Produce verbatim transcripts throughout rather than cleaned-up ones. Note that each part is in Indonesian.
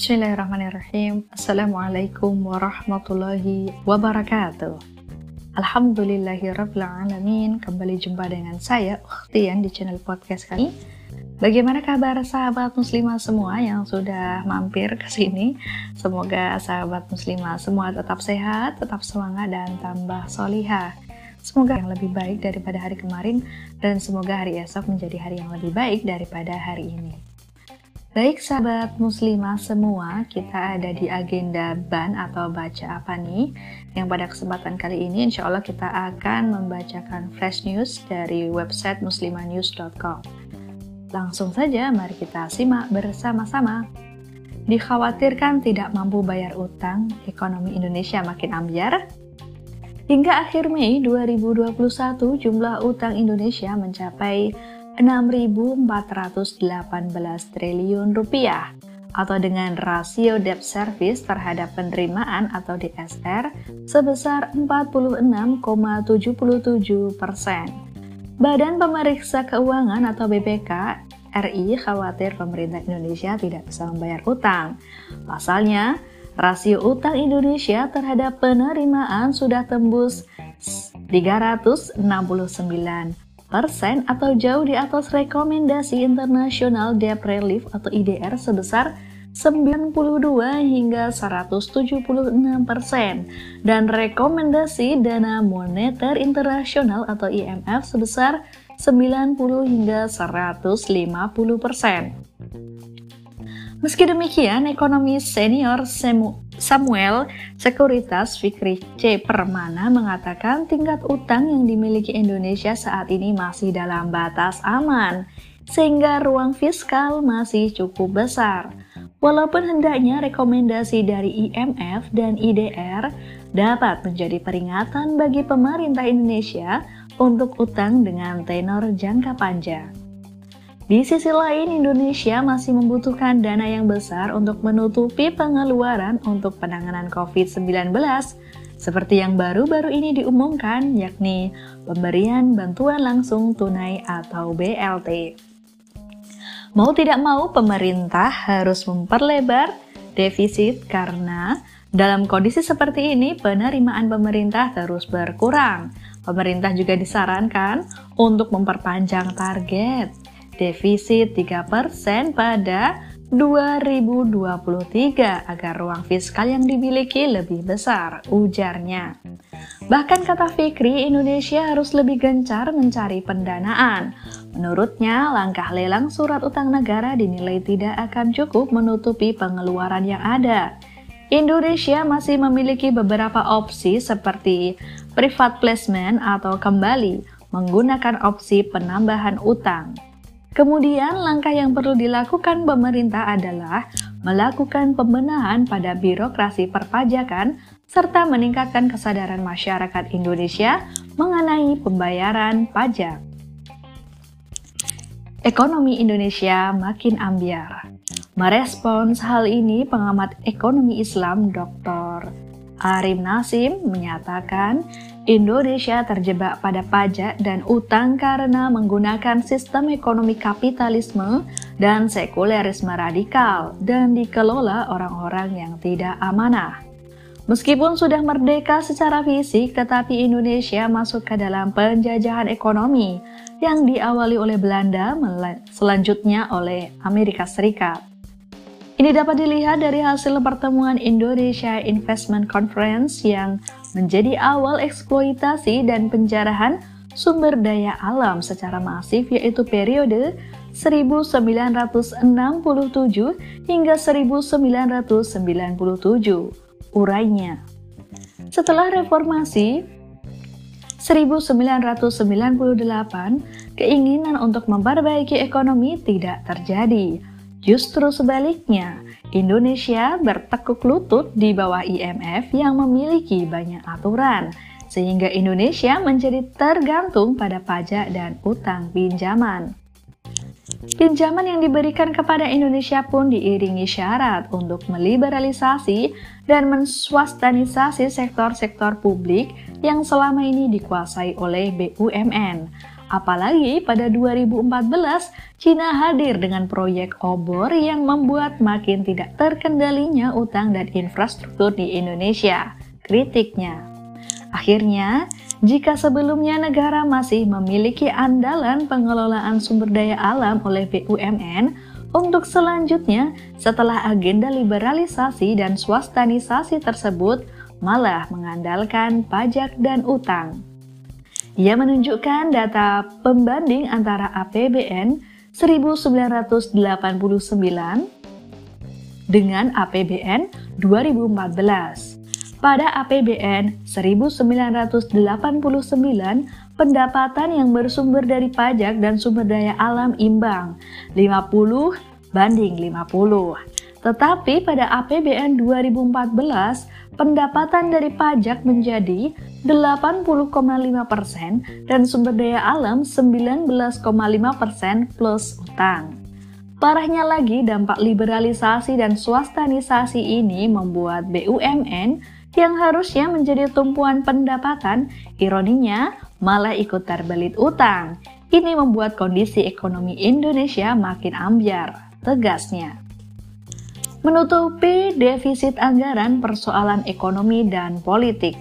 Bismillahirrahmanirrahim. Assalamualaikum warahmatullahi wabarakatuh. Alhamdulillahirrabbilalamin. Kembali jumpa dengan saya, Ukhtian, di channel podcast kami. Bagaimana kabar sahabat muslimah semua yang sudah mampir ke sini? Semoga sahabat muslimah semua tetap sehat, tetap semangat, dan tambah solihah. Semoga yang lebih baik daripada hari kemarin, dan semoga hari esok menjadi hari yang lebih baik daripada hari ini. Baik sahabat muslimah semua, kita ada di agenda ban atau baca apa nih? Yang pada kesempatan kali ini insya Allah kita akan membacakan flash news dari website muslimanews dot com. Langsung saja mari kita simak bersama-sama. Dikhawatirkan tidak mampu bayar utang, ekonomi Indonesia makin ambyar. Hingga akhir Mei dua ribu dua puluh satu, jumlah utang Indonesia mencapai enam ribu empat ratus delapan belas triliun rupiah atau dengan rasio debt service terhadap penerimaan atau D S R sebesar empat puluh enam koma tujuh tujuh persen. Badan Pemeriksa Keuangan atau B P K R I khawatir pemerintah Indonesia tidak bisa membayar utang. Pasalnya, rasio utang Indonesia terhadap penerimaan sudah tembus tiga ratus enam puluh sembilan persen atau jauh di atas rekomendasi International Debt Relief atau I D R sebesar sembilan puluh dua hingga seratus tujuh puluh enam persen dan rekomendasi Dana Moneter Internasional atau I M F sebesar sembilan puluh hingga seratus lima puluh persen. Meski demikian, ekonomi senior Samuel Sekuritas Fikri C. Permana mengatakan tingkat utang yang dimiliki Indonesia saat ini masih dalam batas aman, sehingga ruang fiskal masih cukup besar. Walaupun hendaknya rekomendasi dari I M F dan I D R dapat menjadi peringatan bagi pemerintah Indonesia untuk utang dengan tenor jangka panjang. Di sisi lain, Indonesia masih membutuhkan dana yang besar untuk menutupi pengeluaran untuk penanganan covid sembilan belas, seperti yang baru-baru ini diumumkan, yakni pemberian bantuan langsung tunai atau B L T. Mau tidak mau, pemerintah harus memperlebar defisit karena dalam kondisi seperti ini, penerimaan pemerintah terus berkurang. Pemerintah juga disarankan untuk memperpanjang target defisit tiga persen pada dua ribu dua puluh tiga agar ruang fiskal yang dimiliki lebih besar, ujarnya. Bahkan kata Fikri, Indonesia harus lebih gencar mencari pendanaan. Menurutnya, langkah lelang surat utang negara dinilai tidak akan cukup menutupi pengeluaran yang ada. Indonesia masih memiliki beberapa opsi seperti private placement atau kembali menggunakan opsi penambahan utang. Kemudian, langkah yang perlu dilakukan pemerintah adalah melakukan pembenahan pada birokrasi perpajakan serta meningkatkan kesadaran masyarakat Indonesia mengenai pembayaran pajak. Ekonomi Indonesia makin ambyar. Merespons hal ini, pengamat ekonomi Islam Doktor Arim Nasim menyatakan Indonesia terjebak pada pajak dan utang karena menggunakan sistem ekonomi kapitalisme dan sekulerisme radikal dan dikelola orang-orang yang tidak amanah. Meskipun sudah merdeka secara fisik, tetapi Indonesia masuk ke dalam penjajahan ekonomi yang diawali oleh Belanda, selanjutnya oleh Amerika Serikat. Ini dapat dilihat dari hasil pertemuan Indonesia Investment Conference yang menjadi awal eksploitasi dan penjarahan sumber daya alam secara masif, yaitu periode seribu sembilan ratus enam puluh tujuh hingga seribu sembilan ratus sembilan puluh tujuh, urainya. Setelah reformasi seribu sembilan ratus sembilan puluh delapan, keinginan untuk memperbaiki ekonomi tidak terjadi. Justru sebaliknya, Indonesia bertekuk lutut di bawah I M F yang memiliki banyak aturan, sehingga Indonesia menjadi tergantung pada pajak dan utang pinjaman. Pinjaman yang diberikan kepada Indonesia pun diiringi syarat untuk meliberalisasi dan menswastanisasi sektor-sektor publik yang selama ini dikuasai oleh B U M N. Apalagi pada dua ribu empat belas, Cina hadir dengan proyek obor yang membuat makin tidak terkendalinya utang dan infrastruktur di Indonesia. Kritiknya, akhirnya, jika sebelumnya negara masih memiliki andalan pengelolaan sumber daya alam oleh B U M N, untuk selanjutnya setelah agenda liberalisasi dan swastanisasi tersebut malah mengandalkan pajak dan utang. Ia menunjukkan data pembanding antara A P B N seribu sembilan ratus delapan puluh sembilan dengan A P B N dua ribu empat belas. Pada A P B N seribu sembilan ratus delapan puluh sembilan, pendapatan yang bersumber dari pajak dan sumber daya alam imbang, lima puluh banding lima puluh. Tetapi pada A P B N dua ribu empat belas, pendapatan dari pajak menjadi delapan puluh koma lima persen dan sumber daya alam sembilan belas koma lima persen plus utang. Parahnya lagi, dampak liberalisasi dan swastanisasi ini membuat B U M N yang harusnya menjadi tumpuan pendapatan, ironinya malah ikut terbelit utang. Ini membuat kondisi ekonomi Indonesia makin ambyar, tegasnya. Menutupi defisit anggaran persoalan ekonomi dan politik.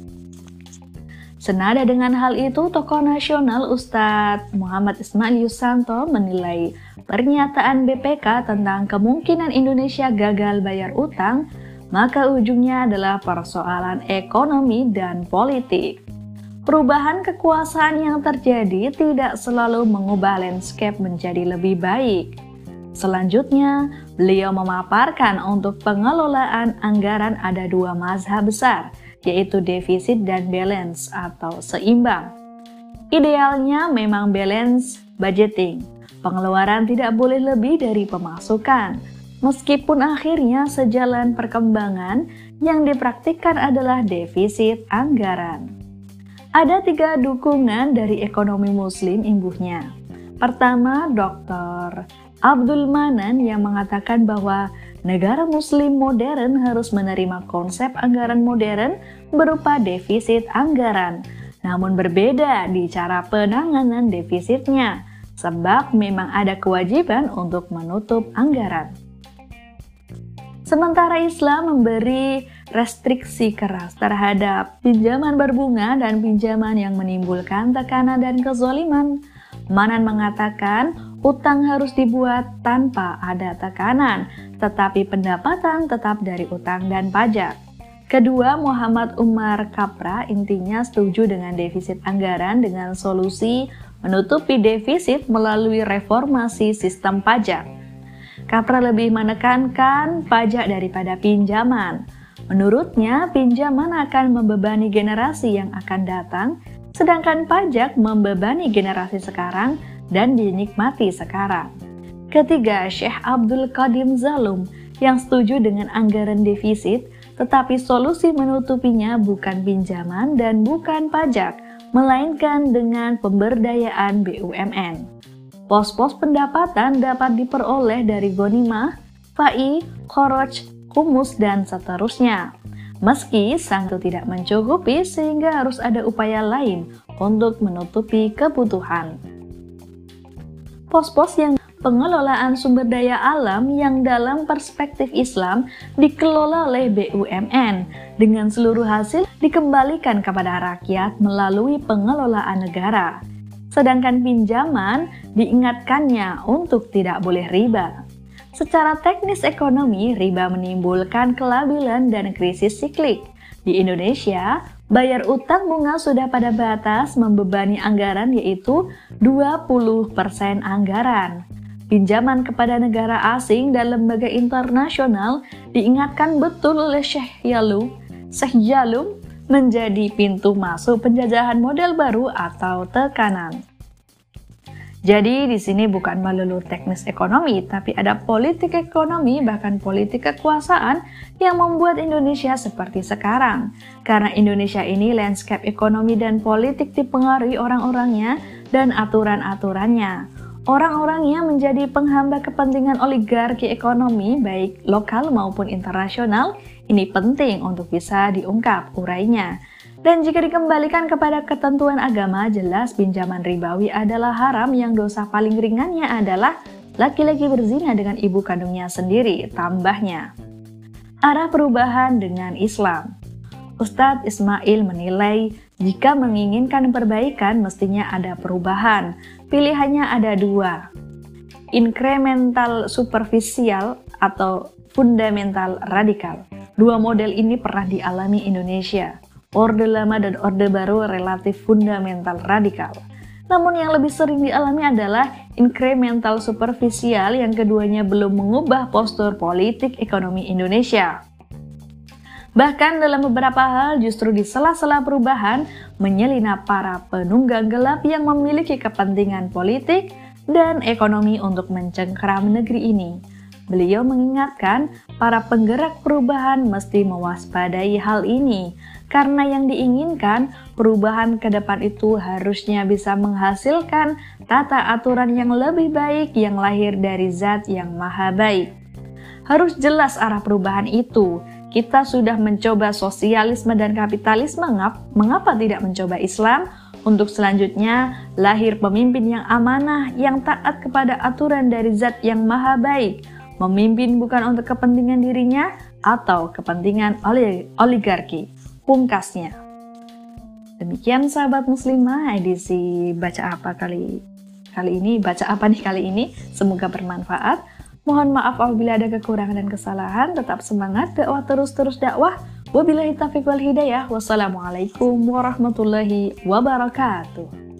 Senada dengan hal itu, tokoh nasional Ustadz Muhammad Ismail Yusanto menilai pernyataan B P K tentang kemungkinan Indonesia gagal bayar utang, maka ujungnya adalah persoalan ekonomi dan politik. Perubahan kekuasaan yang terjadi tidak selalu mengubah landscape menjadi lebih baik. Selanjutnya, beliau memaparkan untuk pengelolaan anggaran ada dua mazhab besar, yaitu defisit dan balance atau seimbang. Idealnya memang balance budgeting, pengeluaran tidak boleh lebih dari pemasukan, meskipun akhirnya sejalan perkembangan yang dipraktikkan adalah defisit anggaran. Ada tiga dukungan dari ekonomi muslim imbuhnya. Pertama, Doktor Abdul Manan yang mengatakan bahwa negara muslim modern harus menerima konsep anggaran modern berupa defisit anggaran, namun berbeda di cara penanganan defisitnya, sebab memang ada kewajiban untuk menutup anggaran. Sementara Islam memberi restriksi keras terhadap pinjaman berbunga dan pinjaman yang menimbulkan tekanan dan kezaliman. Manan mengatakan utang harus dibuat tanpa ada tekanan, tetapi pendapatan tetap dari utang dan pajak. Kedua, Muhammad Umar Kapra intinya setuju dengan defisit anggaran dengan solusi menutupi defisit melalui reformasi sistem pajak. Kapra lebih menekankan pajak daripada pinjaman. Menurutnya, pinjaman akan membebani generasi yang akan datang, sedangkan pajak membebani generasi sekarang dan dinikmati sekarang. Ketiga, Syekh Abdul Qadim Zalum yang setuju dengan anggaran defisit, tetapi solusi menutupinya bukan pinjaman dan bukan pajak, melainkan dengan pemberdayaan B U M N. Pos-pos pendapatan dapat diperoleh dari ghanimah, fai, kharaj, kumus, dan seterusnya. Meski sang itu tidak mencukupi sehingga harus ada upaya lain untuk menutupi kebutuhan. Pos-pos yang pengelolaan sumber daya alam yang dalam perspektif Islam dikelola oleh B U M N dengan seluruh hasil dikembalikan kepada rakyat melalui pengelolaan negara. Sedangkan pinjaman diingatkannya untuk tidak boleh riba. Secara teknis ekonomi, riba menimbulkan kelabilan dan krisis siklik. Di Indonesia, bayar utang bunga sudah pada batas membebani anggaran yaitu dua puluh persen anggaran. Pinjaman kepada negara asing dan lembaga internasional diingatkan betul oleh Syekh Yalum, Syekh Yalum menjadi pintu masuk penjajahan model baru atau tekanan. Jadi di sini bukan melulu teknis ekonomi, tapi ada politik ekonomi, bahkan politik kekuasaan yang membuat Indonesia seperti sekarang. Karena Indonesia ini landscape ekonomi dan politik dipengaruhi orang-orangnya dan aturan-aturannya. Orang-orangnya menjadi penghamba kepentingan oligarki ekonomi baik lokal maupun internasional. Ini penting untuk bisa diungkap urainya. Dan jika dikembalikan kepada ketentuan agama, jelas pinjaman ribawi adalah haram yang dosa paling ringannya adalah laki-laki berzina dengan ibu kandungnya sendiri. Tambahnya, arah perubahan dengan Islam. Ustadz Ismail menilai jika menginginkan perbaikan mestinya ada perubahan. Pilihannya ada dua, inkremental superficial atau fundamental radikal. Dua model ini pernah dialami Indonesia. Orde lama dan orde baru relatif fundamental radikal. Namun yang lebih sering dialami adalah incremental superficial, yang keduanya belum mengubah postur politik ekonomi Indonesia. Bahkan dalam beberapa hal justru di sela-sela perubahan menyelinap para penunggang gelap yang memiliki kepentingan politik dan ekonomi untuk mencengkeram negeri ini. Beliau mengingatkan para penggerak perubahan mesti mewaspadai hal ini, karena yang diinginkan perubahan ke depan itu harusnya bisa menghasilkan tata aturan yang lebih baik yang lahir dari Zat yang Maha Baik. Harus jelas arah perubahan itu. Kita sudah mencoba sosialisme dan kapitalisme, mengapa tidak mencoba Islam? Untuk selanjutnya, lahir pemimpin yang amanah, yang taat kepada aturan dari Zat yang Maha Baik. Memimpin bukan untuk kepentingan dirinya atau kepentingan oligarki. Pungkasnya. Demikian sahabat muslimah, edisi baca apa kali kali ini, baca apa nih kali ini, semoga bermanfaat. Mohon maaf apabila ada kekurangan dan kesalahan. Tetap semangat, dakwah terus-terus dakwah. Wabillahi taufiq wal hidayah. Wassalamualaikum warahmatullahi wabarakatuh.